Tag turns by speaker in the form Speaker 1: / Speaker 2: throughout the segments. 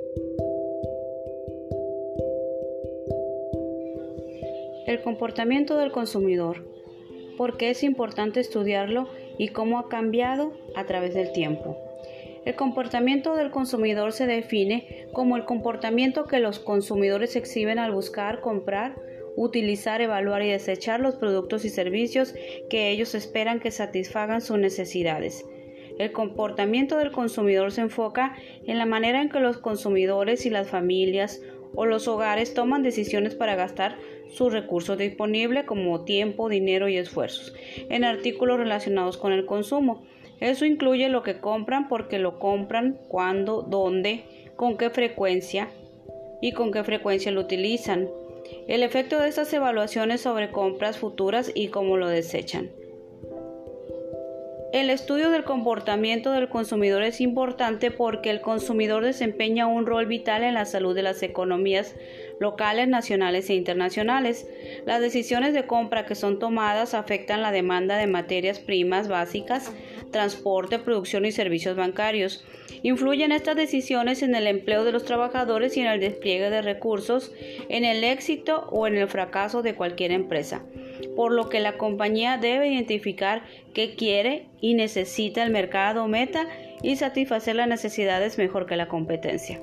Speaker 1: El comportamiento del consumidor. ¿Por qué es importante estudiarlo y cómo ha cambiado a través del tiempo? El comportamiento del consumidor se define como el comportamiento que los consumidores exhiben al buscar, comprar, utilizar, evaluar y desechar los productos y servicios que ellos esperan que satisfagan sus necesidades. El comportamiento del consumidor se enfoca en la manera en que los consumidores y las familias o los hogares toman decisiones para gastar sus recursos disponibles como tiempo, dinero y esfuerzos en artículos relacionados con el consumo. Eso incluye lo que compran, por qué lo compran, cuándo, dónde, con qué frecuencia y con qué frecuencia lo utilizan, el efecto de estas evaluaciones sobre compras futuras y cómo lo desechan. El estudio del comportamiento del consumidor es importante porque el consumidor desempeña un rol vital en la salud de las economías locales, nacionales e internacionales. Las decisiones de compra que son tomadas afectan la demanda de materias primas básicas, transporte, producción y servicios bancarios. Influyen estas decisiones en el empleo de los trabajadores y en el despliegue de recursos, en el éxito o en el fracaso de cualquier empresa, por lo que la compañía debe identificar qué quiere y necesita el mercado meta y satisfacer las necesidades mejor que la competencia.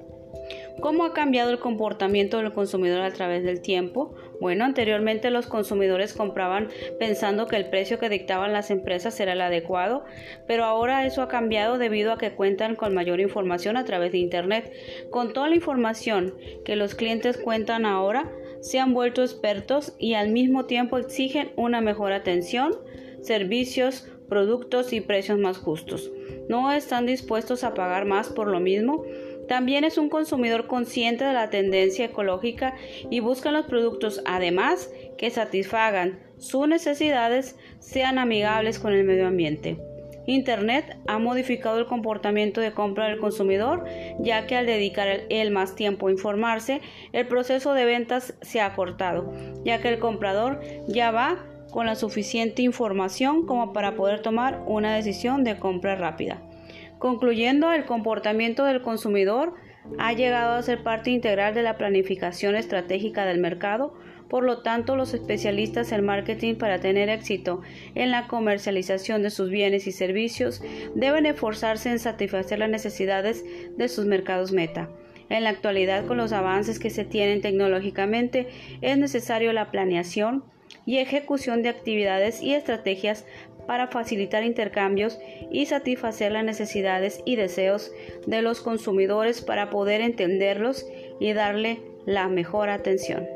Speaker 1: ¿Cómo ha cambiado el comportamiento del consumidor a través del tiempo? Bueno, anteriormente los consumidores compraban pensando que el precio que dictaban las empresas era el adecuado, pero ahora eso ha cambiado debido a que cuentan con mayor información a través de Internet. Con toda la información que los clientes cuentan ahora, se han vuelto expertos y al mismo tiempo exigen una mejor atención, servicios, productos y precios más justos. No están dispuestos a pagar más por lo mismo. También es un consumidor consciente de la tendencia ecológica y buscan los productos, además, que satisfagan sus necesidades, sean amigables con el medio ambiente. Internet ha modificado el comportamiento de compra del consumidor, ya que al dedicar él más tiempo a informarse, el proceso de ventas se ha acortado, ya que el comprador ya va con la suficiente información como para poder tomar una decisión de compra rápida. Concluyendo, el comportamiento del consumidor ha llegado a ser parte integral de la planificación estratégica del mercado. Por lo tanto, los especialistas en marketing, para tener éxito en la comercialización de sus bienes y servicios, deben esforzarse en satisfacer las necesidades de sus mercados meta. En la actualidad, con los avances que se tienen tecnológicamente, es necesario la planeación y ejecución de actividades y estrategias para facilitar intercambios y satisfacer las necesidades y deseos de los consumidores para poder entenderlos y darle la mejor atención.